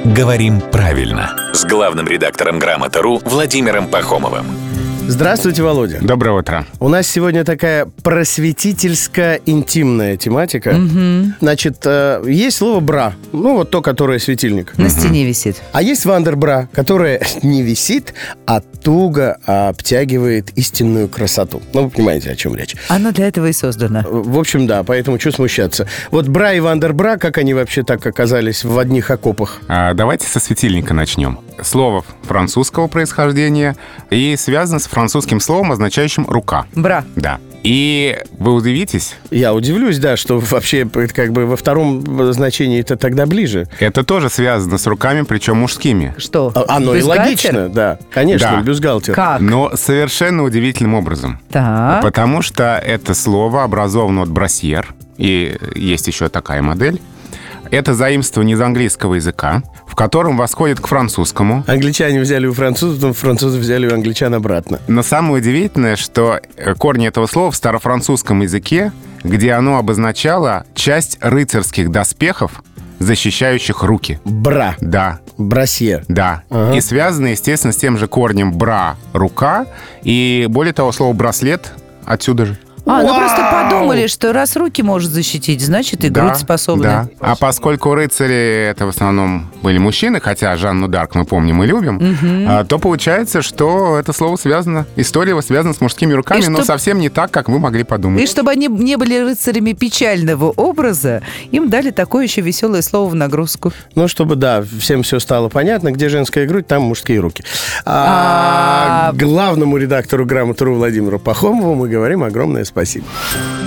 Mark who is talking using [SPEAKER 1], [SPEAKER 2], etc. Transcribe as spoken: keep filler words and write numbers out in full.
[SPEAKER 1] «Говорим правильно» с главным редактором «Грамоты.ру» Владимиром Пахомовым.
[SPEAKER 2] Здравствуйте, Володя.
[SPEAKER 3] Доброе утро.
[SPEAKER 2] У нас сегодня такая просветительско-интимная тематика.
[SPEAKER 4] Угу.
[SPEAKER 2] Значит, э, есть слово «бра». Ну, вот то, которое светильник.
[SPEAKER 4] На стене висит.
[SPEAKER 2] А есть вандербра, которое не висит, а туго обтягивает истинную красоту. Ну, вы понимаете, о чем речь.
[SPEAKER 4] Оно для этого и создано.
[SPEAKER 2] В общем, да, поэтому что смущаться. Вот бра и вандербра, как они вообще так оказались в одних окопах?
[SPEAKER 3] А, давайте со светильника начнем. Слово французского происхождения и связано с французским словом, означающим «рука».
[SPEAKER 4] Бра.
[SPEAKER 3] Да. И вы удивитесь,
[SPEAKER 2] Я удивлюсь, да, что вообще как бы во втором значении это тогда ближе.
[SPEAKER 3] это тоже связано с руками, причем мужскими.
[SPEAKER 4] Что?
[SPEAKER 2] А- Оно и
[SPEAKER 4] Бюстгальтер?
[SPEAKER 2] логично, да. Конечно,
[SPEAKER 3] Да.
[SPEAKER 2] бюстгальтер.
[SPEAKER 4] Как?
[SPEAKER 3] Но совершенно удивительным образом.
[SPEAKER 4] Так.
[SPEAKER 3] Потому что это слово образовано от брасьер, и есть еще такая модель. Это заимствование из английского языка, в котором восходит к французскому.
[SPEAKER 2] Англичане взяли у французов, потом французы взяли у англичан обратно.
[SPEAKER 3] Но самое удивительное, что корни этого слова в старофранцузском языке, где оно обозначало часть рыцарских доспехов, защищающих руки.
[SPEAKER 2] Бра.
[SPEAKER 3] Да,
[SPEAKER 2] Брасье.
[SPEAKER 3] да.
[SPEAKER 2] Ага.
[SPEAKER 3] И связано, естественно, с тем же корнем «бра» — рука. И более того, слово «браслет» отсюда же.
[SPEAKER 4] А, ну
[SPEAKER 2] Вау!
[SPEAKER 4] просто подумали, что раз руки может защитить, значит и
[SPEAKER 3] Да,
[SPEAKER 4] грудь способна.
[SPEAKER 3] да. А поскольку рыцари это в основном были мужчины, хотя Жанну Дарк мы помним и любим, а, то получается, что это слово связано, история его связана с мужскими руками,
[SPEAKER 4] И
[SPEAKER 3] но
[SPEAKER 4] чтоб-
[SPEAKER 3] совсем не так, как вы могли подумать.
[SPEAKER 4] И чтобы они не были рыцарями печального образа, им дали такое еще веселое слово в нагрузку.
[SPEAKER 2] Ну, чтобы, да, всем все стало понятно, где женская грудь, там мужские руки. А
[SPEAKER 4] А-
[SPEAKER 2] главному редактору «Грамоты.ру» Владимиру Пахомову мы говорим огромное спасибо.